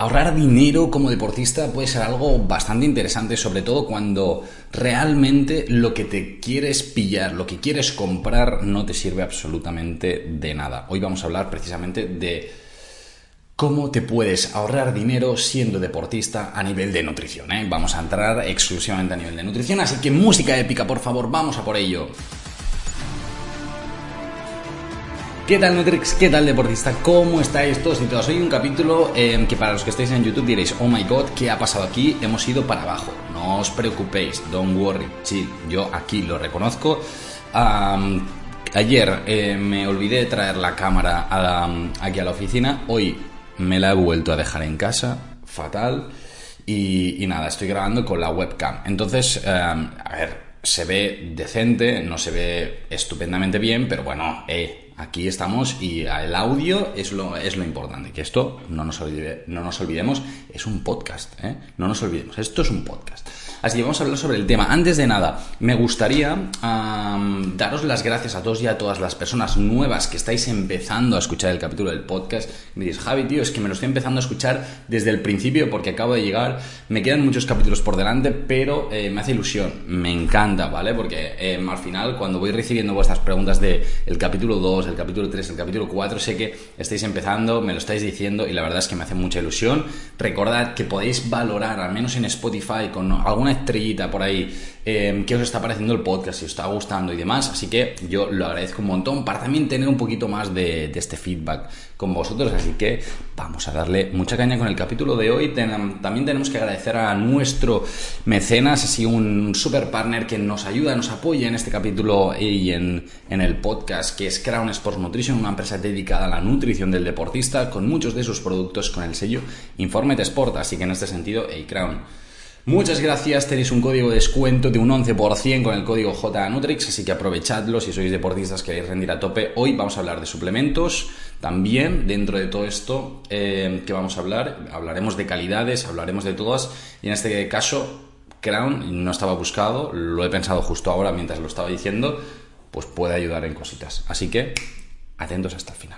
Ahorrar dinero como deportista puede ser algo bastante interesante, sobre todo cuando realmente lo que te quieres pillar, lo que quieres comprar, no te sirve absolutamente de nada. Hoy vamos a hablar precisamente de cómo te puedes ahorrar dinero siendo deportista a nivel de nutrición, ¿eh? Vamos a entrar exclusivamente a nivel de nutrición, así que música épica, por favor, vamos a por ello. ¿Qué tal Nutrix? ¿Qué tal deportista? ¿Cómo estáis todos y todas? Hoy un capítulo que para los que estáis en YouTube diréis, oh my god, ¿qué ha pasado aquí? Hemos ido para abajo. No os preocupéis, don't worry, chill, yo aquí lo reconozco. Ayer me olvidé de traer la cámara aquí a la oficina, hoy me la he vuelto a dejar en casa, fatal, y nada, estoy grabando con la webcam. Entonces, a ver, se ve decente, no se ve estupendamente bien, pero bueno, aquí estamos y el audio es lo importante, que esto no nos olvidemos, es un podcast, no nos olvidemos, esto es un podcast. Así que vamos a hablar sobre el tema. Antes de nada, me gustaría daros las gracias a todos y a todas las personas nuevas que estáis empezando a escuchar el capítulo del podcast. Me dices, Javi, tío, es que me lo estoy empezando a escuchar desde el principio porque acabo de llegar, me quedan muchos capítulos por delante, pero me hace ilusión, me encanta, ¿vale? Porque al final, cuando voy recibiendo vuestras preguntas de el capítulo 2, el capítulo 3, el capítulo 4, sé que estáis empezando, me lo estáis diciendo y la verdad es que me hace mucha ilusión. Recordad que podéis valorar, al menos en Spotify, con alguna estrellita por ahí, qué os está pareciendo el podcast, si os está gustando y demás, así que yo lo agradezco un montón para también tener un poquito más de este feedback con vosotros, así que vamos a darle mucha caña con el capítulo de hoy. También tenemos que agradecer a nuestro mecenas, así un super partner que nos ayuda, nos apoya en este capítulo y en el podcast, que es Crown Sports Nutrition, una empresa dedicada a la nutrición del deportista, con muchos de sus productos con el sello Informete Sport, así que en este sentido, Crown, muchas gracias, tenéis un código de descuento de un 11% con el código JNutrix, así que aprovechadlo si sois deportistas, queréis rendir a tope. Hoy vamos a hablar de suplementos, también dentro de todo esto que vamos a hablaremos de calidades, hablaremos de todas, y en este caso Crown no estaba buscado, lo he pensado justo ahora mientras lo estaba diciendo, pues puede ayudar en cositas, así que atentos hasta el final.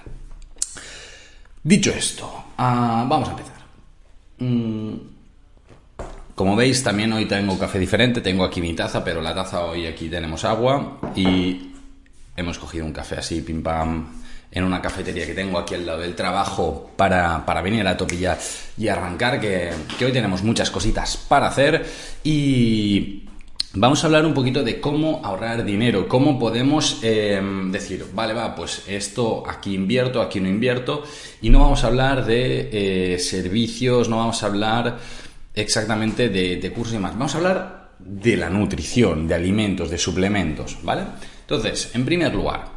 Dicho esto, vamos a empezar. Como veis, también hoy tengo café diferente, tengo aquí mi taza, pero la taza hoy aquí tenemos agua y hemos cogido un café así, pim pam, en una cafetería que tengo aquí al lado del trabajo para venir a tope y arrancar, que hoy tenemos muchas cositas para hacer y vamos a hablar un poquito de cómo ahorrar dinero, cómo podemos decir, vale, pues esto aquí invierto, aquí no invierto, y no vamos a hablar de servicios, no vamos a hablar exactamente de cursos y demás. Vamos a hablar de la nutrición, de alimentos, de suplementos, ¿vale? Entonces, en primer lugar,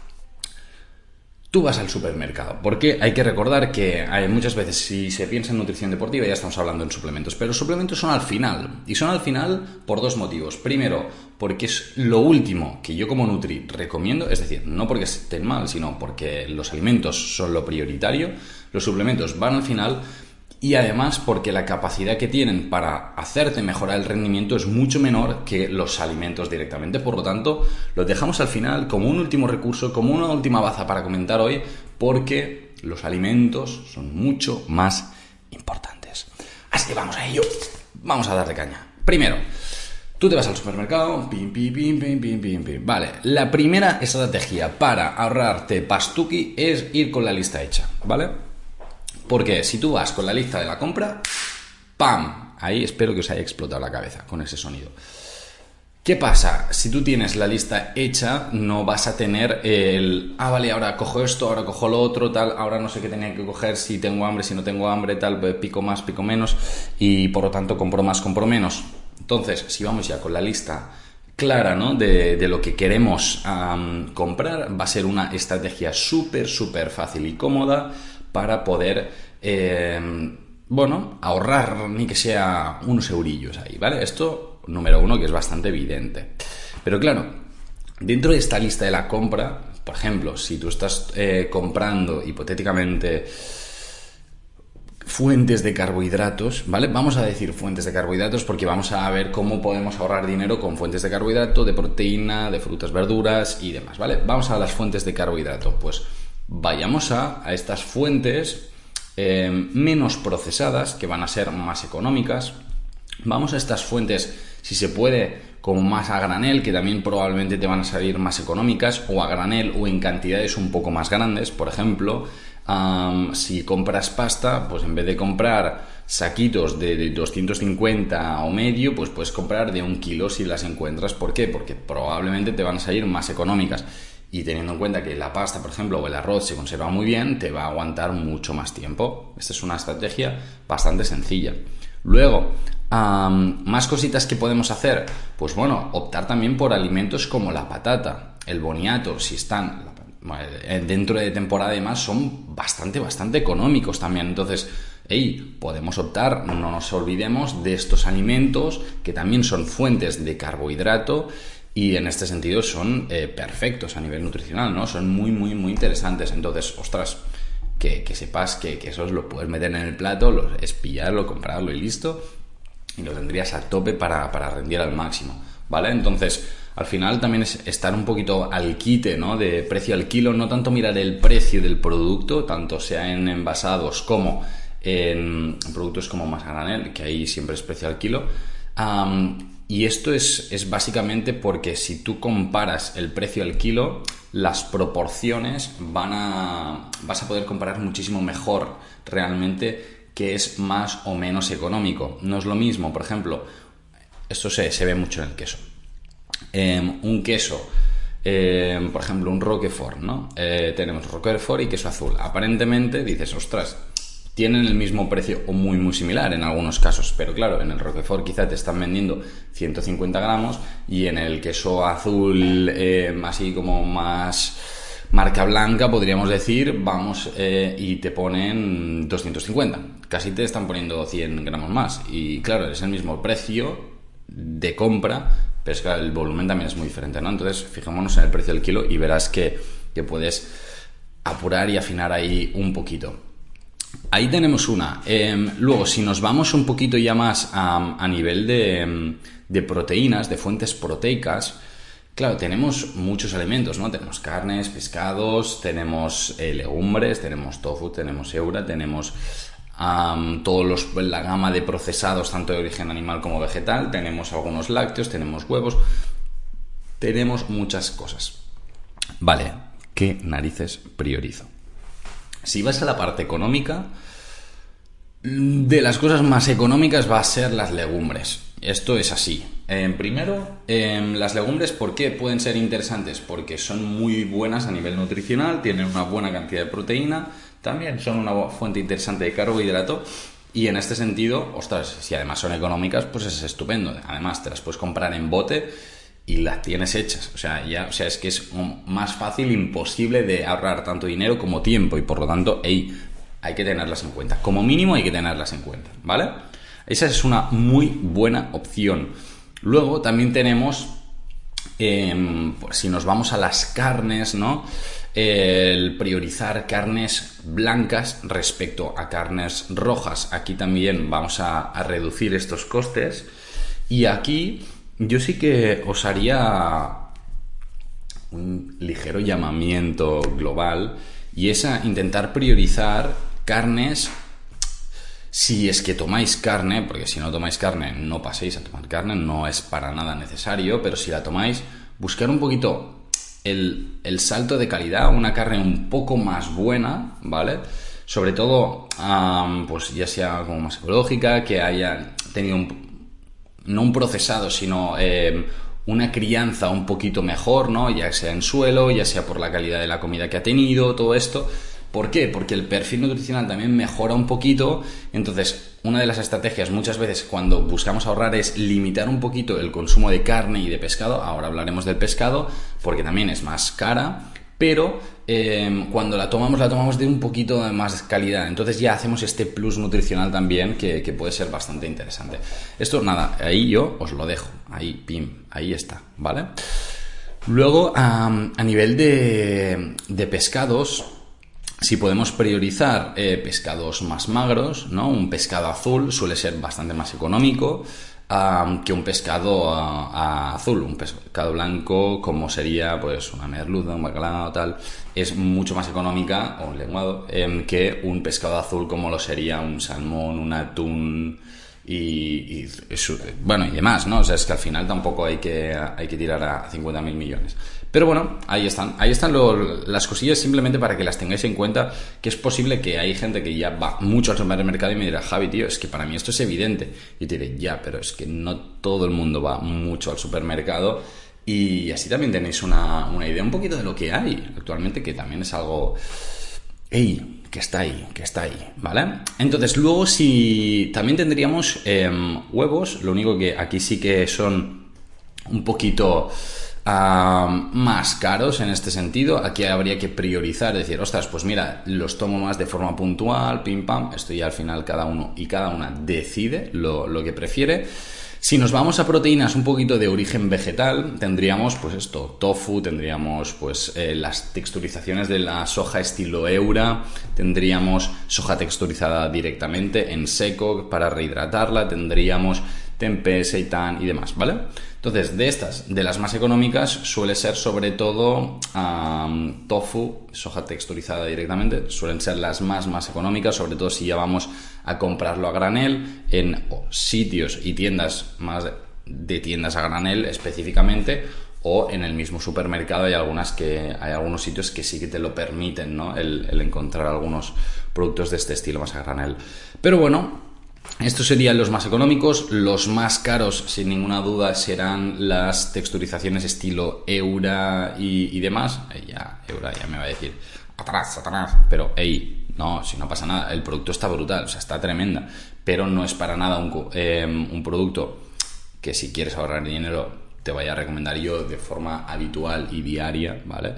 tú vas al supermercado, porque hay que recordar que hay muchas veces, si se piensa en nutrición deportiva, ya estamos hablando en suplementos, pero los suplementos son al final, y son al final por dos motivos. Primero, porque es lo último que yo como Nutri recomiendo, es decir, no porque estén mal, sino porque los alimentos son lo prioritario, los suplementos van al final. Y además porque la capacidad que tienen para hacerte mejorar el rendimiento es mucho menor que los alimentos directamente. Por lo tanto, los dejamos al final como un último recurso, como una última baza para comentar hoy, porque los alimentos son mucho más importantes. Así que vamos a ello. Vamos a darle caña. Primero, tú te vas al supermercado, pim. Vale, la primera estrategia para ahorrarte pastuqui es ir con la lista hecha, ¿vale? Porque si tú vas con la lista de la compra, ¡pam! Ahí espero que os haya explotado la cabeza con ese sonido. ¿Qué pasa? Si tú tienes la lista hecha, no vas a tener vale, ahora cojo esto, ahora cojo lo otro, tal, ahora no sé qué tenía que coger, si tengo hambre, si no tengo hambre, tal, pues pico más, pico menos, y por lo tanto compro más, compro menos. Entonces, si vamos ya con la lista clara, ¿no?, de lo que queremos comprar, va a ser una estrategia súper fácil y cómoda para poder, ahorrar ni que sea unos eurillos ahí, ¿vale? Esto, número uno, que es bastante evidente. Pero claro, dentro de esta lista de la compra, por ejemplo, si tú estás comprando hipotéticamente fuentes de carbohidratos, ¿vale? Vamos a decir fuentes de carbohidratos porque vamos a ver cómo podemos ahorrar dinero con fuentes de carbohidrato, de proteína, de frutas, verduras y demás, ¿vale? Vamos a las fuentes de carbohidrato. Pues vayamos a estas fuentes menos procesadas, que van a ser más económicas. Vamos a estas fuentes, si se puede, como más a granel, que también probablemente te van a salir más económicas, o a granel o en cantidades un poco más grandes. Por ejemplo, si compras pasta, pues en vez de comprar saquitos de 250 o medio, pues puedes comprar de 1 kilo si las encuentras. ¿Por qué? Porque probablemente te van a salir más económicas. Y teniendo en cuenta que la pasta, por ejemplo, o el arroz se conserva muy bien, te va a aguantar mucho más tiempo. Esta es una estrategia bastante sencilla. Luego, más cositas que podemos hacer. Pues bueno, optar también por alimentos como la patata, el boniato, si están dentro de temporada y demás, son bastante económicos también. Entonces, podemos optar, no nos olvidemos de estos alimentos que también son fuentes de carbohidrato y en este sentido son perfectos a nivel nutricional, ¿no? Son muy interesantes. Entonces, ostras, que sepas que eso lo puedes meter en el plato, es pillarlo, comprarlo y listo, y lo tendrías a tope para rendir al máximo, ¿vale? Entonces, al final también es estar un poquito al quite, ¿no? De precio al kilo, no tanto mirar el precio del producto, tanto sea en envasados como en productos como más a granel, que ahí siempre es precio al kilo. Y esto es básicamente porque si tú comparas el precio al kilo, las proporciones vas a poder comparar muchísimo mejor realmente qué es más o menos económico. No es lo mismo, por ejemplo, esto se ve mucho en el queso. Un queso, por ejemplo, un Roquefort, ¿no? Tenemos Roquefort y queso azul. Aparentemente dices, ostras, tienen el mismo precio o muy similar en algunos casos, pero claro, en el Roquefort quizá te están vendiendo 150 gramos y en el queso azul, así como más marca blanca, podríamos decir, y te ponen 250. Casi te están poniendo 100 gramos más. Y claro, es el mismo precio de compra, pero es que el volumen también es muy diferente, ¿no? Entonces, fijémonos en el precio del kilo y verás que puedes apurar y afinar ahí un poquito. Ahí tenemos una. Luego, si nos vamos un poquito ya más a nivel de proteínas, de fuentes proteicas, claro, tenemos muchos alimentos, ¿no? Tenemos carnes, pescados, tenemos legumbres, tenemos tofu, tenemos eura, tenemos la gama de procesados, tanto de origen animal como vegetal, tenemos algunos lácteos, tenemos huevos, tenemos muchas cosas. Vale, ¿qué narices priorizo? Si vas a la parte económica, de las cosas más económicas va a ser las legumbres. Esto es así. Primero, las legumbres, ¿por qué pueden ser interesantes? Porque son muy buenas a nivel nutricional, tienen una buena cantidad de proteína, también son una fuente interesante de carbohidrato y en este sentido, ostras, si además son económicas, pues es estupendo. Además, te las puedes comprar en bote y las tienes hechas. O sea, es que es más fácil, imposible de ahorrar tanto dinero como tiempo y por lo tanto, hay que tenerlas en cuenta. Como mínimo hay que tenerlas en cuenta, ¿vale? Esa es una muy buena opción. Luego también tenemos, pues si nos vamos a las carnes, ¿no? El priorizar carnes blancas respecto a carnes rojas. Aquí también vamos a reducir estos costes. Y aquí yo sí que os haría un ligero llamamiento global y es a intentar priorizar carnes. Si es que tomáis carne, porque si no tomáis carne no paséis a tomar carne, no es para nada necesario, pero si la tomáis, buscar un poquito el salto de calidad, una carne un poco más buena, ¿vale? Sobre todo, pues ya sea como más ecológica, que haya tenido no un procesado, sino una crianza un poquito mejor, ¿no? Ya sea en suelo, ya sea por la calidad de la comida que ha tenido, todo esto. ¿Por qué? Porque el perfil nutricional también mejora un poquito. Entonces, una de las estrategias muchas veces cuando buscamos ahorrar es limitar un poquito el consumo de carne y de pescado. Ahora hablaremos del pescado porque también es más cara, pero cuando la tomamos de un poquito de más calidad. Entonces ya hacemos este plus nutricional también que puede ser bastante interesante. Esto, nada, ahí yo os lo dejo. Ahí, pim, ahí está, ¿vale? Luego, a nivel de pescados, si podemos priorizar pescados más magros, ¿no? Un pescado azul suele ser bastante más económico. que un pescado azul. Un pescado blanco, como sería pues una merluza, un bacalao, tal, es mucho más económica, o un lenguado, que un pescado azul como lo sería un salmón, un atún y demás, ¿no? O sea, es que al final tampoco hay que tirar a 50.000 millones. Pero bueno, ahí están las cosillas, simplemente para que las tengáis en cuenta, que es posible que hay gente que ya va mucho al supermercado y me dirá, Javi, tío, es que para mí esto es evidente. Y te diré, ya, pero es que no todo el mundo va mucho al supermercado, y así también tenéis una idea un poquito de lo que hay actualmente, que también es algo... ¡Ey! Que está ahí, ¿vale? Entonces, luego si también tendríamos huevos, lo único que aquí sí que son un poquito más caros en este sentido. Aquí habría que priorizar, decir, ostras, pues mira, los tomo más de forma puntual, pim pam, esto ya al final cada uno y cada una decide lo que prefiere. Si nos vamos a proteínas un poquito de origen vegetal, tendríamos pues esto, tofu, tendríamos pues las texturizaciones de la soja estilo Eura, tendríamos soja texturizada directamente en seco para rehidratarla, tendríamos tempeh, seitán y demás, ¿vale? Entonces, de las más económicas suele ser sobre todo tofu, soja texturizada directamente, suelen ser las más económicas, sobre todo si ya vamos a comprarlo a granel en sitios y tiendas más de tiendas a granel específicamente, o en el mismo supermercado hay algunos sitios que sí que te lo permiten, ¿no? El encontrar algunos productos de este estilo más a granel. Pero bueno, estos serían los más económicos. Los más caros, sin ninguna duda, serán las texturizaciones estilo Eura y demás. Eura ya me va a decir, atrás, pero no, si no pasa nada, el producto está brutal, o sea, está tremenda, pero no es para nada un producto que, si quieres ahorrar dinero, te vaya a recomendar yo de forma habitual y diaria, ¿vale?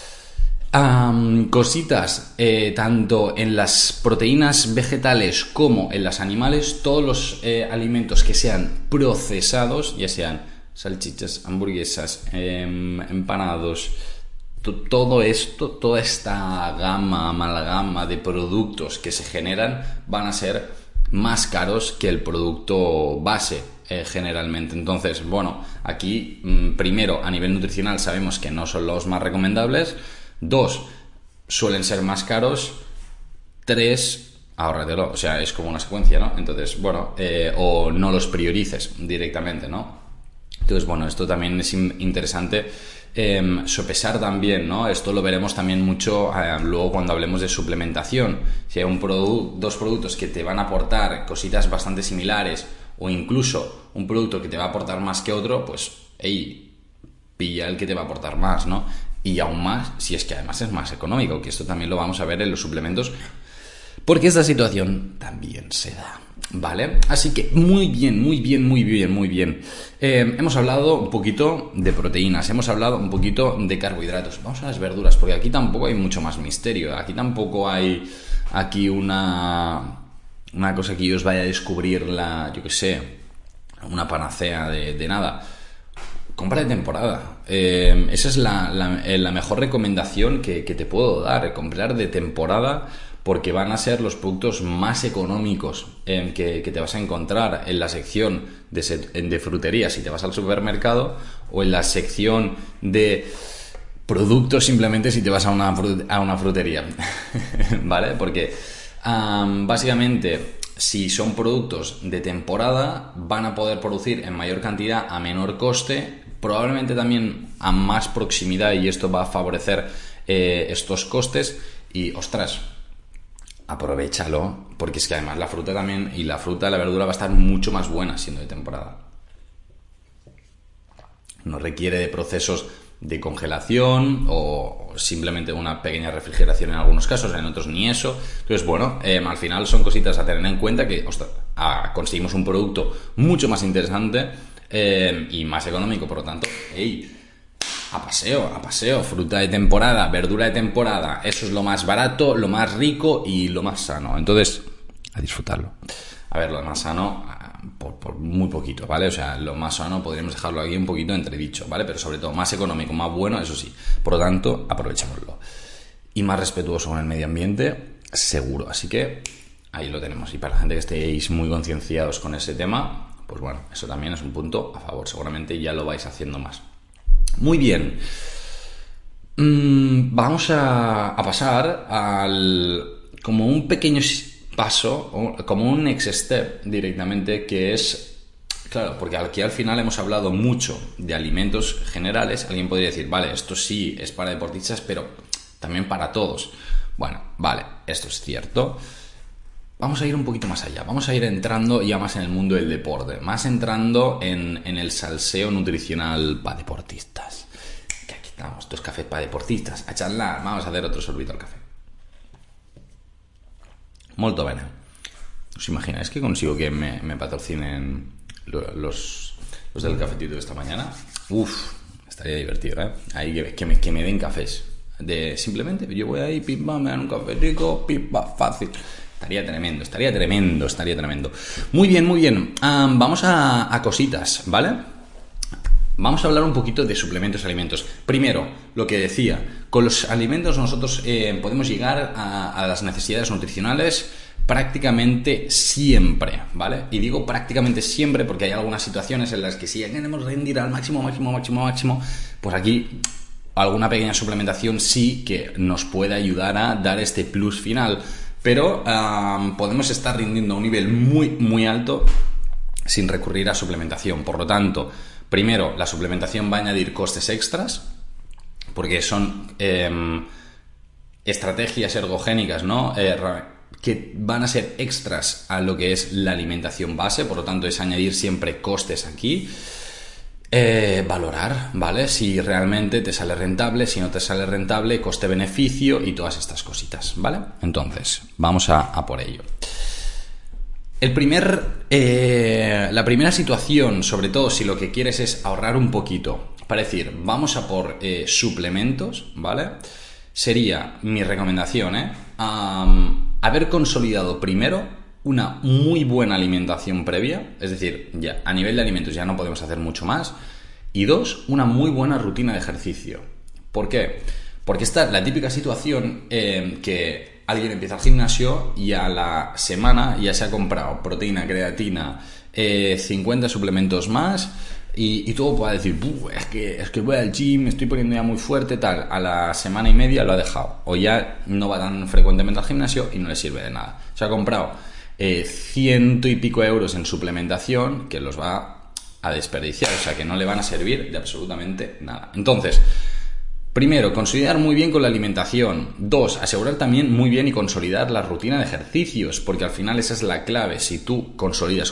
Cositas, tanto en las proteínas vegetales como en las animales, todos los alimentos que sean procesados, ya sean salchichas, hamburguesas, empanados, todo esto, toda esta amalgama de productos que se generan van a ser más caros que el producto base, generalmente. Entonces, bueno, aquí primero, a nivel nutricional sabemos que no son los más recomendables. 2, suelen ser más caros. 3, ahórratelo, o sea, es como una secuencia, ¿no? Entonces, bueno, o no los priorices directamente, ¿no? Entonces, bueno, esto también es interesante sopesar también, ¿no? Esto lo veremos también mucho luego cuando hablemos de suplementación. Si hay dos productos que te van a aportar cositas bastante similares, o incluso un producto que te va a aportar más que otro, pues, pilla el que te va a aportar más, ¿no? Y aún más, si es que además es más económico, que esto también lo vamos a ver en los suplementos, porque esta situación también se da, ¿vale? Así que muy bien. Hemos hablado un poquito de proteínas, hemos hablado un poquito de carbohidratos. Vamos a las verduras, porque aquí tampoco hay mucho más misterio. Aquí tampoco hay una cosa que yo os vaya a descubrir una panacea de nada. Compra de temporada. Esa es la mejor recomendación que te puedo dar, comprar de temporada, porque van a ser los productos más económicos que te vas a encontrar en la sección de frutería si te vas al supermercado, o en la sección de productos simplemente si te vas a una frutería. ¿Vale? Porque básicamente, si son productos de temporada, van a poder producir en mayor cantidad a menor coste, probablemente también a más proximidad, y esto va a favorecer estos costes. Y ostras, aprovéchalo, porque es que además la fruta también, y la verdura va a estar mucho más buena siendo de temporada. No requiere de procesos de congelación o simplemente una pequeña refrigeración en algunos casos, en otros ni eso. Entonces, bueno, al final son cositas a tener en cuenta, que conseguimos un producto mucho más interesante y más económico. Por lo tanto, a paseo, fruta de temporada, verdura de temporada, eso es lo más barato, lo más rico y lo más sano. Entonces, a disfrutarlo. A ver, lo más sano por muy poquito, ¿vale? O sea, lo más sano podríamos dejarlo aquí un poquito entredicho, ¿vale? Pero sobre todo más económico, más bueno, eso sí. Por lo tanto, aprovechémoslo. Y más respetuoso con el medio ambiente, seguro. Así que ahí lo tenemos. Y para la gente que estéis muy concienciados con ese tema, pues bueno, eso también es un punto a favor. Seguramente ya lo vais haciendo más. Muy bien. Vamos a pasar como un pequeño paso, como un next step directamente, que es, claro, porque aquí al final hemos hablado mucho de alimentos generales. Alguien podría decir, vale, esto sí es para deportistas, pero también para todos. Bueno, vale, esto es cierto. Vamos a ir un poquito más allá, vamos a ir entrando ya más en el mundo del deporte, más entrando en el salseo nutricional para deportistas. Que aquí estamos, 2 cafés para deportistas, a charlar, vamos a hacer otro sorbito al café. Molto bene. ¿Os imagináis que consigo que me patrocinen los del cafetito de esta mañana? Uf, estaría divertido, ¿eh? Ahí que me den cafés. Simplemente yo voy ahí, pim, pam, me dan un cafetico, pim, pam, fácil. Estaría tremendo. Muy bien. Vamos a cositas, ¿vale? Vamos a hablar un poquito de suplementos y alimentos. Primero, lo que decía, con los alimentos nosotros podemos llegar a las necesidades nutricionales prácticamente siempre, ¿vale? Y digo prácticamente siempre porque hay algunas situaciones en las que si ya queremos rendir al máximo, pues aquí alguna pequeña suplementación sí que nos puede ayudar a dar este plus final. Pero podemos estar rindiendo a un nivel muy alto sin recurrir a suplementación. Por lo tanto, primero, la suplementación va a añadir costes extras, porque son estrategias ergogénicas, ¿no? Que van a ser extras a lo que es la alimentación base. Por lo tanto, es añadir siempre costes aquí. Valorar, ¿vale? Si realmente te sale rentable, si no te sale rentable, coste-beneficio y todas estas cositas, ¿vale? Entonces, vamos a por ello. La primera situación, sobre todo si lo que quieres es ahorrar un poquito, para decir, vamos a por suplementos, ¿vale? Sería mi recomendación, haber consolidado primero una muy buena alimentación previa, es decir, ya a nivel de alimentos ya no podemos hacer mucho más. Y 2, una muy buena rutina de ejercicio. ¿Por qué? Porque está la típica situación que alguien empieza el gimnasio y a la semana ya se ha comprado proteína, creatina, 50 suplementos más y todo puede decir, es que voy al gym, me estoy poniendo ya muy fuerte, tal. A la semana y media lo ha dejado. O ya no va tan frecuentemente al gimnasio y no le sirve de nada. Se ha comprado 100 y pico euros en suplementación que los va a desperdiciar, o sea que no le van a servir de absolutamente nada. Entonces, primero, consolidar muy bien con la alimentación. 2, asegurar también muy bien y consolidar la rutina de ejercicios, porque al final esa es la clave. Si tú consolidas,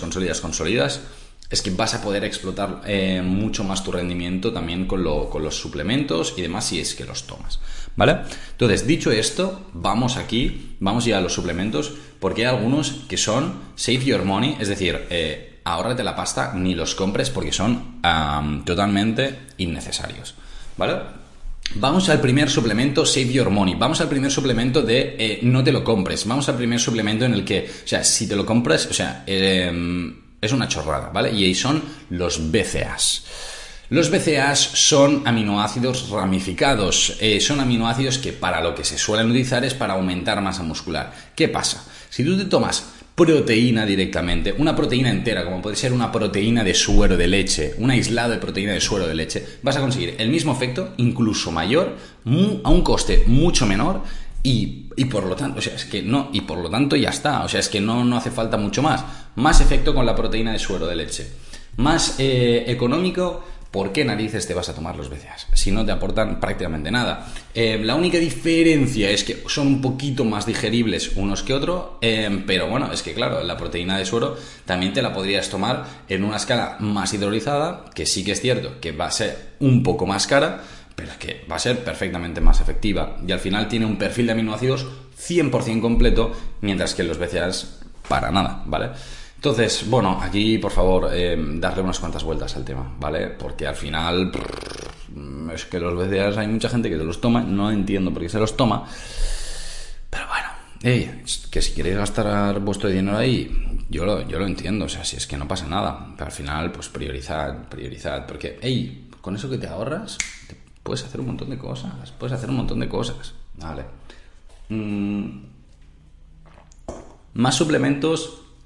es que vas a poder explotar mucho más tu rendimiento también con los suplementos y demás si es que los tomas, ¿vale? Entonces, dicho esto, vamos ya a los suplementos, porque hay algunos que son save your money, es decir, ahórrate la pasta, ni los compres porque son totalmente innecesarios, ¿vale? Vamos al primer suplemento, Save Your Money. Vamos al primer suplemento de no te lo compres. Vamos al primer suplemento en el que, o sea, si te lo compras, o sea, es una chorrada, ¿vale? Y ahí son los BCAAs. Los BCAAs son aminoácidos ramificados. Son aminoácidos que para lo que se suelen utilizar es para aumentar masa muscular. ¿Qué pasa? Si tú te tomas proteína directamente, una proteína entera, como puede ser una proteína de suero de leche, un aislado de proteína de suero de leche, vas a conseguir el mismo efecto, incluso mayor, a un coste mucho menor y por lo tanto, o sea, es que no, y por lo tanto ya está, o sea, es que no hace falta mucho más. Más efecto con la proteína de suero de leche. Más económico. ¿Por qué narices te vas a tomar los BCAAs? Si no te aportan prácticamente nada. La única diferencia es que son un poquito más digeribles unos que otros, pero bueno, es que claro, la proteína de suero también te la podrías tomar en una escala más hidrolizada, que sí que es cierto que va a ser un poco más cara, pero es que va a ser perfectamente más efectiva. Y al final tiene un perfil de aminoácidos 100% completo, mientras que los BCAAs para nada, ¿vale? Entonces, bueno, aquí por favor darle unas cuantas vueltas al tema, ¿vale? Porque al final es que los BCAAs hay mucha gente que se los toma, no entiendo por qué se los toma, pero bueno, que si queréis gastar vuestro dinero ahí, yo lo entiendo, o sea, si es que no pasa nada, pero al final pues priorizad, porque con eso que te ahorras puedes hacer un montón de cosas, ¿vale? Más suplementos.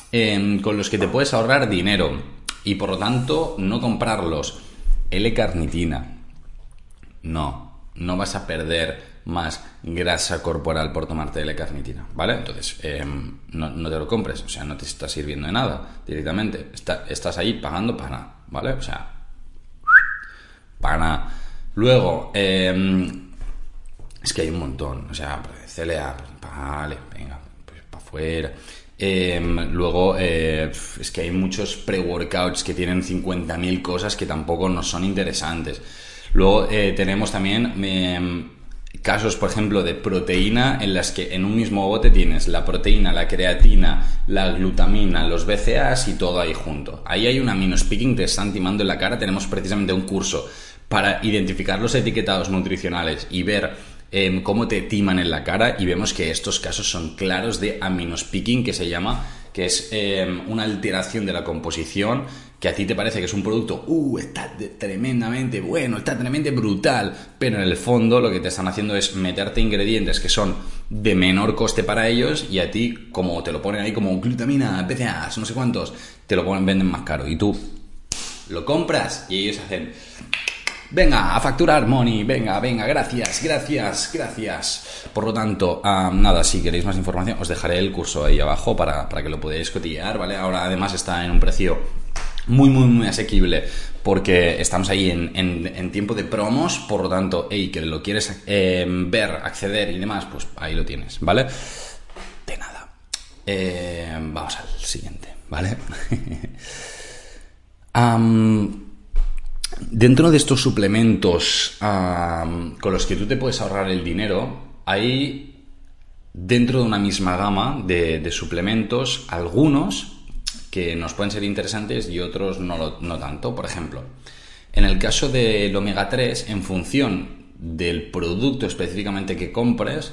con los que te puedes ahorrar dinero y por lo tanto no comprarlos. L-carnitina. No vas a perder más grasa corporal por tomarte L-carnitina, ¿vale? Entonces, no te lo compres, o sea, no te está sirviendo de nada directamente. Estás ahí pagando para nada, ¿vale? O sea, para nada. Luego, es que hay un montón, o sea, CLA, vale, venga, pues para afuera. Luego, es que hay muchos pre-workouts que tienen 50.000 cosas que tampoco nos son interesantes. Luego tenemos también casos, por ejemplo, de proteína en las que en un mismo bote tienes la proteína, la creatina, la glutamina, los BCAAs y todo ahí junto. Ahí hay un aminospicking que te están timando en la cara. Tenemos precisamente un curso para identificar los etiquetados nutricionales y ver cómo te timan en la cara, y vemos que estos casos son claros de aminospicking, que se llama, que es una alteración de la composición que a ti te parece que es un producto, está tremendamente bueno, está tremendamente brutal, pero en el fondo lo que te están haciendo es meterte ingredientes que son de menor coste para ellos, y a ti, como te lo ponen ahí como glutamina, BCAAs, no sé cuántos, te lo venden más caro, y tú lo compras y ellos hacen... Venga, a facturar money, venga, gracias. Por lo tanto, nada, si queréis más información, os dejaré el curso ahí abajo para que lo podáis cotillear, ¿vale? Ahora además está en un precio muy asequible, porque estamos ahí en tiempo de promos. Por lo tanto, que lo quieres ver, acceder y demás, pues ahí lo tienes, ¿vale? De nada. Vamos al siguiente, ¿vale? Dentro de estos suplementos con los que tú te puedes ahorrar el dinero, hay dentro de una misma gama de suplementos algunos que nos pueden ser interesantes y otros no tanto. Por ejemplo, en el caso del omega 3, en función del producto específicamente que compres,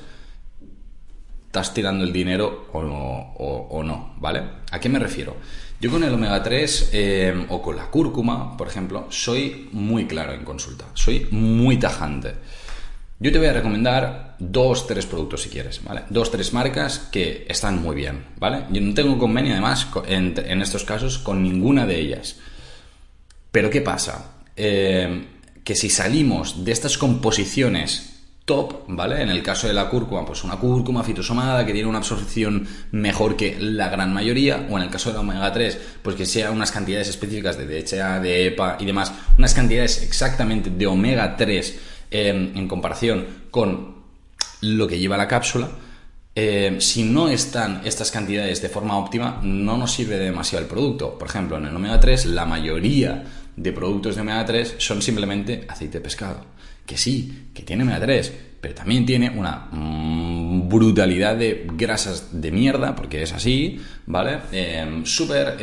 estás tirando el dinero o no, ¿vale? ¿A qué me refiero? Yo con el omega 3 o con la cúrcuma, por ejemplo, soy muy claro en consulta, soy muy tajante. Yo te voy a recomendar 2-3 productos si quieres, ¿vale? 2-3 marcas que están muy bien, ¿vale? Yo no tengo convenio además en estos casos con ninguna de ellas. Pero ¿qué pasa? Que si salimos de estas composiciones top, ¿vale? En el caso de la cúrcuma, pues una cúrcuma fitosomada que tiene una absorción mejor que la gran mayoría, o en el caso de la omega 3, pues que sea unas cantidades específicas de DHA, de EPA y demás, unas cantidades exactamente de omega 3 en comparación con lo que lleva la cápsula. Si no están estas cantidades de forma óptima, no nos sirve demasiado el producto. Por ejemplo, en el omega 3, la mayoría de productos de omega 3 son simplemente aceite de pescado. Que sí, que tiene omega 3, pero también tiene una brutalidad de grasas de mierda, porque es así, ¿vale? Súper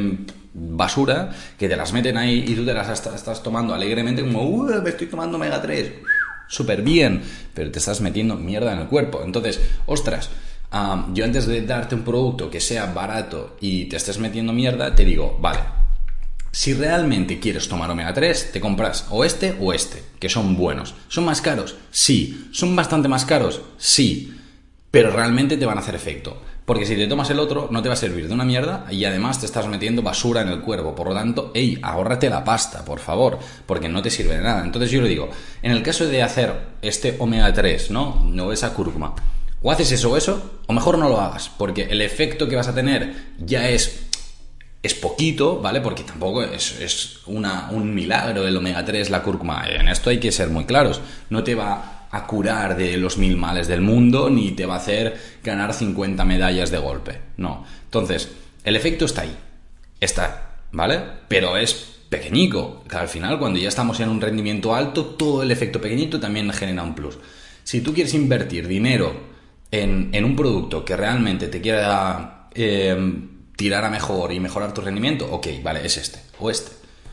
basura, que te las meten ahí y tú te las estás tomando alegremente como, me estoy tomando omega 3, súper bien, pero te estás metiendo mierda en el cuerpo. Entonces, ostras, yo antes de darte un producto que sea barato y te estés metiendo mierda, te digo, vale, si realmente quieres tomar omega 3, te compras o este, que son buenos. ¿Son más caros? Sí. ¿Son bastante más caros? Sí. Pero realmente te van a hacer efecto. Porque si te tomas el otro, no te va a servir de una mierda y además te estás metiendo basura en el cuerpo. Por lo tanto, ahórrate la pasta, por favor, porque no te sirve de nada. Entonces yo le digo, en el caso de hacer este omega 3, ¿no? No esa cúrcuma. O haces eso, o mejor no lo hagas, porque el efecto que vas a tener ya es poquito, ¿vale? Porque tampoco es un milagro el omega 3, la cúrcuma. En esto hay que ser muy claros. No te va a curar de los 1000 males del mundo, ni te va a hacer ganar 50 medallas de golpe. No. Entonces, el efecto está ahí. Está, ¿vale? Pero es pequeñico. Que al final, cuando ya estamos en un rendimiento alto, todo el efecto pequeñito también genera un plus. Si tú quieres invertir dinero en un producto que realmente te quiera tirar a mejor y mejorar tu rendimiento, ok, vale, es este o este.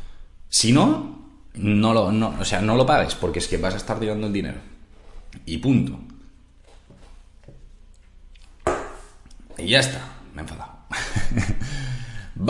Si no, no lo pagues, porque es que vas a estar tirando el dinero. Y punto. Y ya está, me he enfadado.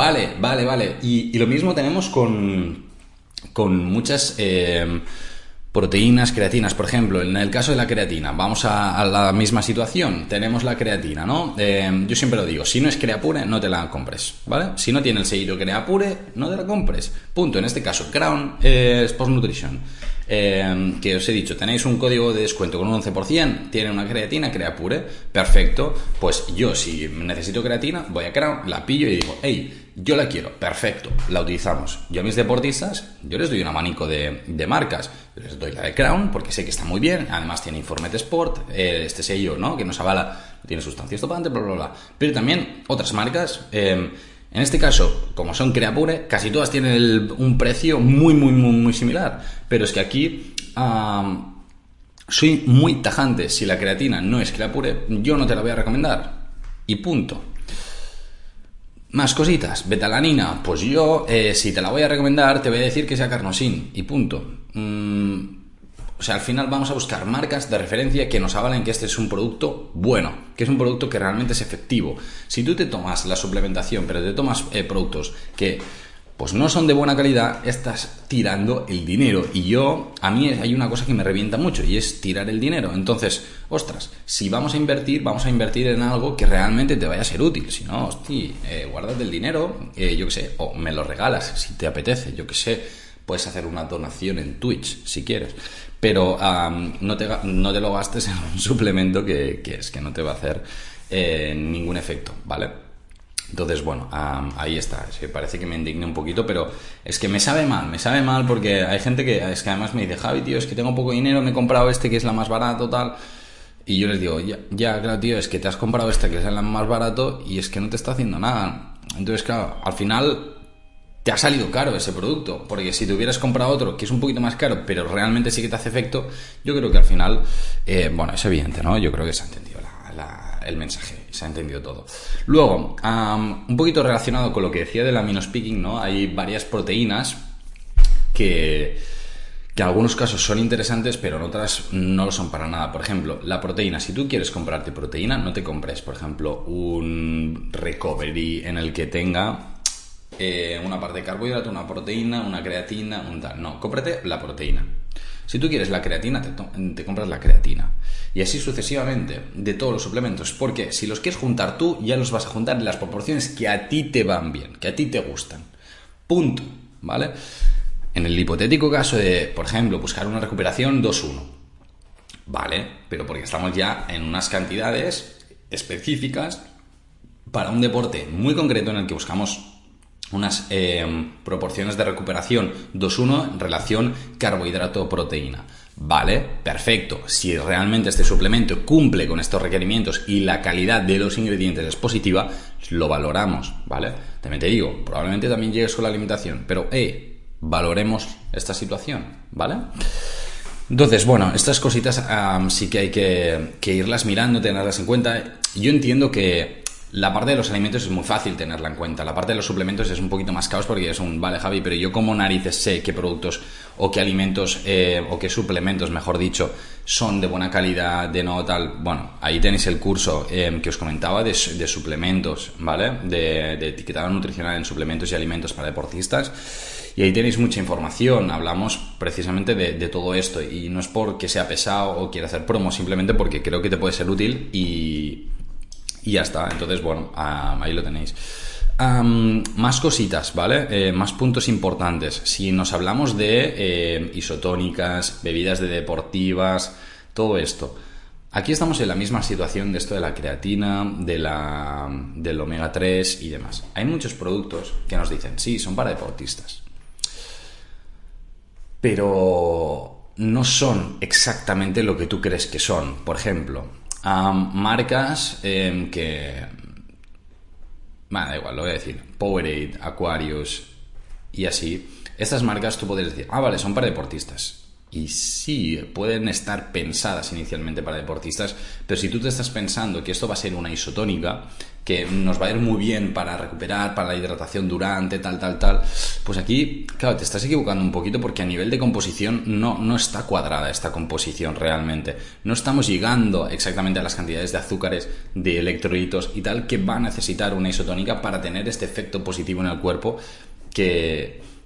Vale. Y lo mismo tenemos con muchas Proteínas, creatinas, por ejemplo, en el caso de la creatina, vamos a la misma situación, tenemos la creatina, ¿no? Yo siempre lo digo, si no es Creapure, no te la compres, ¿vale? Si no tiene el sellito Creapure, no te la compres, punto. En este caso, Crown Sports Nutrition, que os he dicho, tenéis un código de descuento con un 11%, tiene una creatina Creapure, perfecto, pues yo si necesito creatina, voy a Crown, la pillo y digo, hey, yo la quiero, perfecto, la utilizamos. Yo a mis deportistas, yo les doy un abanico de marcas. Yo les doy la de Crown porque sé que está muy bien, además tiene Informet Sport, este sello, ¿no?, que nos avala, tiene sustancias dopantes, bla, bla, bla. Pero también otras marcas, en este caso, como son Creapure, casi todas tienen un precio muy similar. Pero es que aquí soy muy tajante. Si la creatina no es Creapure, yo no te la voy a recomendar. Y punto. Más cositas. Betalanina, pues yo, si te la voy a recomendar, te voy a decir que sea carnosín. Y punto. O sea, al final vamos a buscar marcas de referencia que nos avalen que este es un producto bueno, que es un producto que realmente es efectivo. Si tú te tomas la suplementación, pero te tomas productos que pues no son de buena calidad, estás tirando el dinero. Y a mí hay una cosa que me revienta mucho y es tirar el dinero. Entonces, ostras, si vamos a invertir en algo que realmente te vaya a ser útil. Si no, hostia, guárdate el dinero, yo qué sé, o me lo regalas si te apetece, yo qué sé. Puedes hacer una donación en Twitch si quieres, pero no te lo gastes en un suplemento que no te va a hacer ningún efecto, ¿vale? Entonces, bueno, ahí está. Sí, parece que me indigné un poquito, pero es que me sabe mal porque hay gente que además me dice, Javi, tío, es que tengo poco dinero, me he comprado este que es la más barato, tal. Y yo les digo, ya, claro, tío, es que te has comprado este que es la más barato y es que no te está haciendo nada. Entonces, claro, al final te ha salido caro ese producto, porque si te hubieras comprado otro que es un poquito más caro, pero realmente sí que te hace efecto, yo creo que al final, bueno, es evidente, ¿no? Yo creo que se ha entendido el mensaje, se ha entendido todo. Luego, un poquito relacionado con lo que decía del aminospicking, ¿no? Hay varias proteínas que en algunos casos son interesantes, pero en otras no lo son para nada. Por ejemplo, la proteína. Si tú quieres comprarte proteína, no te compres, por ejemplo, un recovery en el que tenga una parte de carbohidrato, una proteína, una creatina, un tal. No, cómprate la proteína. Si tú quieres la creatina, te compras la creatina. Y así sucesivamente de todos los suplementos. Porque si los quieres juntar tú, ya los vas a juntar en las proporciones que a ti te van bien, que a ti te gustan. Punto. ¿Vale? En el hipotético caso de, por ejemplo, buscar una recuperación 2-1. Vale, pero porque estamos ya en unas cantidades específicas para un deporte muy concreto en el que buscamos unas proporciones de recuperación 2-1 en relación carbohidrato-proteína. Vale, perfecto. Si realmente este suplemento cumple con estos requerimientos y la calidad de los ingredientes es positiva, lo valoramos, ¿vale? También te digo, probablemente también llegues con la alimentación, pero valoremos esta situación, ¿vale? Entonces, bueno, estas cositas sí que hay que irlas mirando, tenerlas en cuenta. Yo entiendo que la parte de los alimentos es muy fácil tenerla en cuenta. La parte de los suplementos es un poquito más caos porque es vale, Javi, pero yo como narices sé qué productos o qué alimentos o qué suplementos, mejor dicho, son de buena calidad, de no tal. Bueno, ahí tenéis el curso que os comentaba de suplementos, ¿vale? De etiquetado nutricional en suplementos y alimentos para deportistas. Y ahí tenéis mucha información. Hablamos precisamente de todo esto. Y no es porque sea pesado o quiera hacer promo, simplemente porque creo que te puede ser útil y ya está. Entonces, bueno, ahí lo tenéis. Más cositas, ¿vale? Más puntos importantes. Si nos hablamos de isotónicas, bebidas deportivas, todo esto. Aquí estamos en la misma situación de esto de la creatina, del omega 3 y demás. Hay muchos productos que nos dicen, sí, son para deportistas. Pero no son exactamente lo que tú crees que son. Por ejemplo, marcas que... da igual, lo voy a decir. Powerade, Aquarius y así. Estas marcas tú puedes decir, vale, son para deportistas. Y sí, pueden estar pensadas inicialmente para deportistas, pero si tú te estás pensando que esto va a ser una isotónica, que nos va a ir muy bien para recuperar, para la hidratación durante, tal, pues aquí, claro, te estás equivocando un poquito porque a nivel de composición no está cuadrada esta composición realmente. No estamos llegando exactamente a las cantidades de azúcares, de electrolitos y tal que va a necesitar una isotónica para tener este efecto positivo en el cuerpo que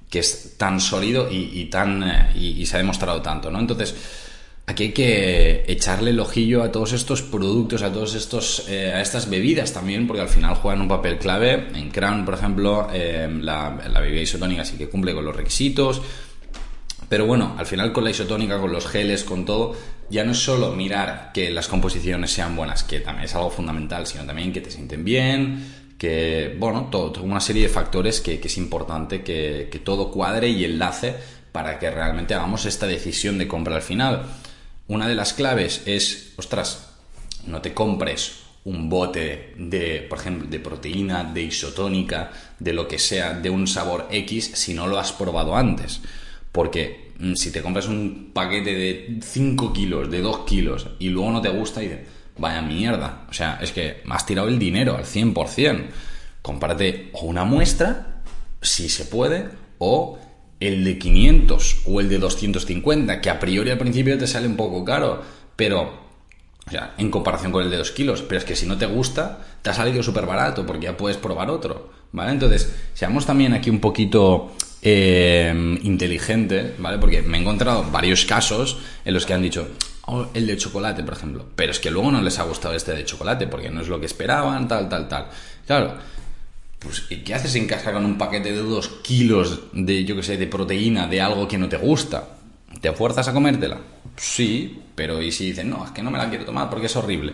que es tan sólido y se ha demostrado tanto, ¿no? Entonces, aquí hay que echarle el ojillo a todos estos productos, a todos estos, a estas bebidas también, porque al final juegan un papel clave. En Crown, por ejemplo, la bebida isotónica sí que cumple con los requisitos. Pero bueno, al final con la isotónica, con los geles, con todo, ya no es solo mirar que las composiciones sean buenas, que también es algo fundamental, sino también que te sienten bien, que, bueno, toda una serie de factores que es importante que todo cuadre y enlace para que realmente hagamos esta decisión de compra al final. Una de las claves es, ostras, no te compres un bote de, por ejemplo, de proteína, de isotónica, de lo que sea, de un sabor X, si no lo has probado antes. Porque si te compras un paquete de 5 kilos, de 2 kilos, y luego no te gusta, y dices, vaya mierda. O sea, es que me has tirado el dinero al 100%. Cómprate o una muestra, si se puede, o el de 500 o el de 250, que a priori al principio te sale un poco caro, pero, o sea, en comparación con el de 2 kilos, pero es que si no te gusta, te ha salido súper barato porque ya puedes probar otro, ¿vale? Entonces, seamos también aquí un poquito inteligente, ¿vale? Porque me he encontrado varios casos en los que han dicho, oh, el de chocolate, por ejemplo, pero es que luego no les ha gustado este de chocolate porque no es lo que esperaban, tal. Claro, pues ¿y qué haces en casa con un paquete de 2 kilos de, yo qué sé, de proteína, de algo que no te gusta? ¿Te fuerzas a comértela? Sí, pero ¿y si dicen, no, es que no me la quiero tomar porque es horrible?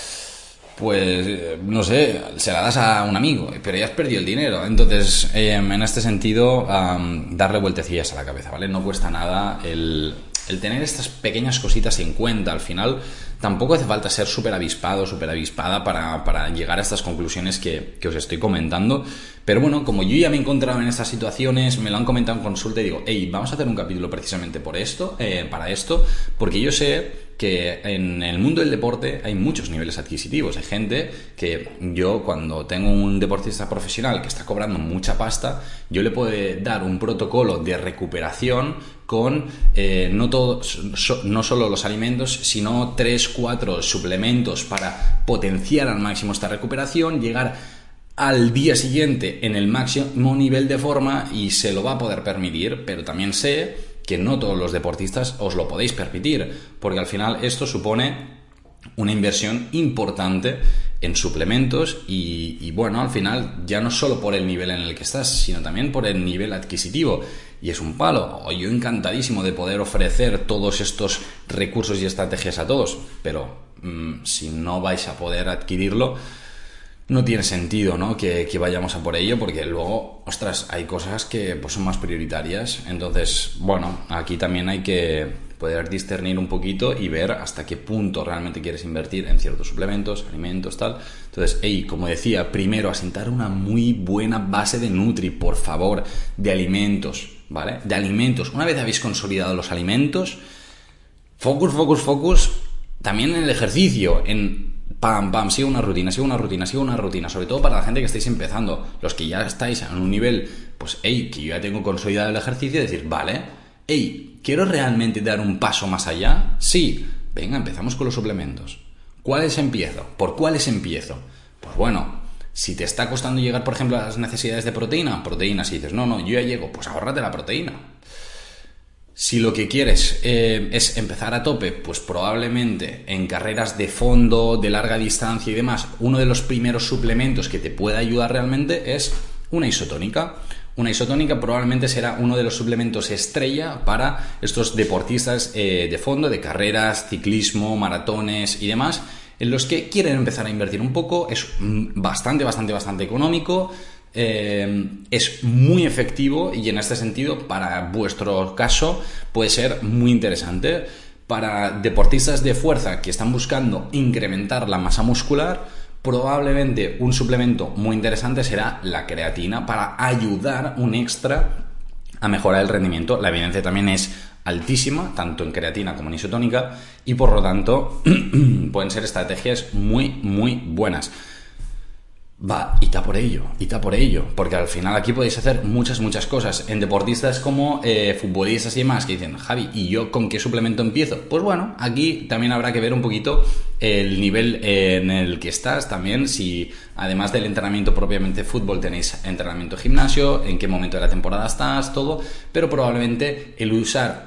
Pues, no sé, se la das a un amigo, pero ya has perdido el dinero. Entonces, en este sentido, darle vueltecillas a la cabeza, ¿vale? No cuesta nada el tener estas pequeñas cositas en cuenta. Al final, tampoco hace falta ser súper avispado, súper avispada para llegar a estas conclusiones que os estoy comentando. Pero bueno, como yo ya me he encontrado en estas situaciones, me lo han comentado en consulta y digo, hey, vamos a hacer un capítulo precisamente por esto, para esto, porque yo sé que en el mundo del deporte hay muchos niveles adquisitivos. Hay gente que yo, cuando tengo un deportista profesional que está cobrando mucha pasta, yo le puedo dar un protocolo de recuperación con no solo los alimentos, sino 3-4 suplementos para potenciar al máximo esta recuperación, llegar al día siguiente en el máximo nivel de forma, y se lo va a poder permitir. Pero también sé que no todos los deportistas os lo podéis permitir, porque al final esto supone una inversión importante en suplementos y bueno, al final ya no solo por el nivel en el que estás, sino también por el nivel adquisitivo, y es un palo. Yo encantadísimo de poder ofrecer todos estos recursos y estrategias a todos, pero si no vais a poder adquirirlo, no tiene sentido, ¿no? que vayamos a por ello, porque luego, ostras, hay cosas que pues son más prioritarias. Entonces, bueno, aquí también hay que poder discernir un poquito y ver hasta qué punto realmente quieres invertir en ciertos suplementos, alimentos, tal. Entonces, como decía, primero asentar una muy buena base de Nutri, por favor, de alimentos, ¿vale? De alimentos. Una vez habéis consolidado los alimentos, focus, también en el ejercicio, en pam, sigue una rutina, sobre todo para la gente que estáis empezando. Los que ya estáis en un nivel, pues, que yo ya tengo consolidado el ejercicio, decir, vale, ¿quiero realmente dar un paso más allá? Sí, venga, empezamos con los suplementos. ¿Cuáles empiezo? ¿Por cuáles empiezo? Pues bueno, si te está costando llegar, por ejemplo, a las necesidades de proteína, si dices, no, yo ya llego, pues ahórrate la proteína. Si lo que quieres es empezar a tope, pues probablemente en carreras de fondo, de larga distancia y demás, uno de los primeros suplementos que te pueda ayudar realmente es una isotónica. Una isotónica probablemente será uno de los suplementos estrella para estos deportistas de fondo, de carreras, ciclismo, maratones y demás, en los que quieren empezar a invertir un poco. Es bastante económico. Es muy efectivo, y en este sentido, para vuestro caso, puede ser muy interesante. Para deportistas de fuerza que están buscando incrementar la masa muscular, probablemente un suplemento muy interesante será la creatina, para ayudar un extra a mejorar el rendimiento. La evidencia también es altísima, tanto en creatina como en isotónica, y por lo tanto pueden ser estrategias muy buenas. Ita por ello, porque al final aquí podéis hacer muchas cosas. En deportistas como futbolistas y demás, que dicen, Javi, ¿y yo con qué suplemento empiezo? Pues bueno, aquí también habrá que ver un poquito el nivel en el que estás también, si además del entrenamiento propiamente fútbol tenéis entrenamiento gimnasio, en qué momento de la temporada estás, todo, pero probablemente el usar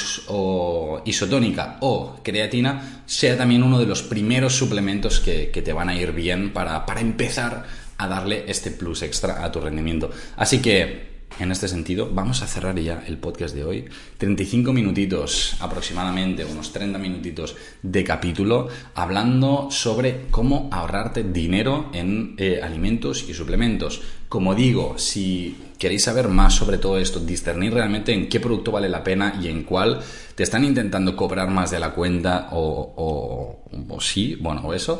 o isotónica o creatina sea también uno de los primeros suplementos que te van a ir bien para empezar a darle este plus extra a tu rendimiento. Así que en este sentido, vamos a cerrar ya el podcast de hoy. 35 minutitos aproximadamente, unos 30 minutitos de capítulo, hablando sobre cómo ahorrarte dinero en alimentos y suplementos. Como digo, si queréis saber más sobre todo esto, discernir realmente en qué producto vale la pena y en cuál te están intentando cobrar más de la cuenta o eso...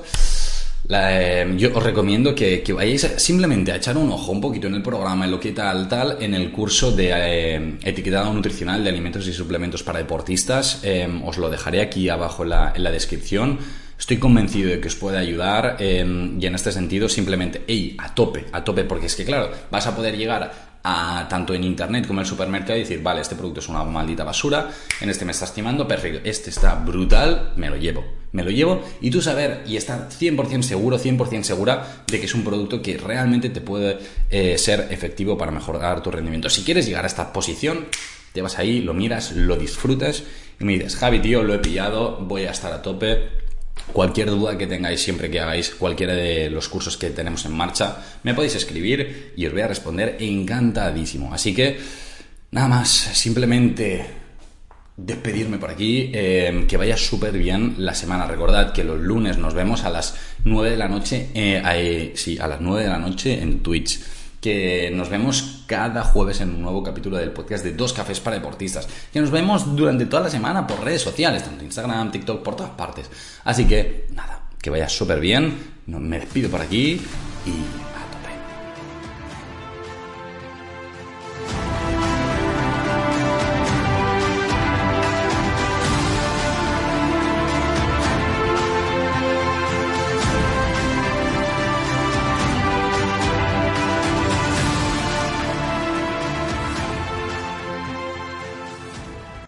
yo os recomiendo que vayáis simplemente a echar un ojo un poquito en el programa, en lo que tal, en el curso de etiquetado nutricional de alimentos y suplementos para deportistas. Os lo dejaré aquí abajo en la descripción. Estoy convencido de que os puede ayudar y en este sentido simplemente, a tope, porque es que claro, vas a poder llegar tanto en internet como en el supermercado y decir, vale, este producto es una maldita basura, en este me está estimando, perfecto, este está brutal, me lo llevo y tú saber y estar 100% seguro, 100% segura de que es un producto que realmente te puede ser efectivo para mejorar tu rendimiento. Si quieres llegar a esta posición, te vas ahí, lo miras, lo disfrutas y me dices, Javi, tío, lo he pillado, voy a estar a tope. Cualquier duda que tengáis siempre que hagáis cualquiera de los cursos que tenemos en marcha, me podéis escribir y os voy a responder encantadísimo. Así que, nada más, simplemente despedirme por aquí, que vaya súper bien la semana. Recordad que los lunes nos vemos a las 9 de la noche, a las 9 de la noche en Twitch. Que nos vemos cada jueves en un nuevo capítulo del podcast de Dos Cafés para Deportistas. Que nos vemos durante toda la semana por redes sociales, tanto Instagram, TikTok, por todas partes. Así que, nada, que vaya súper bien. Me despido por aquí y...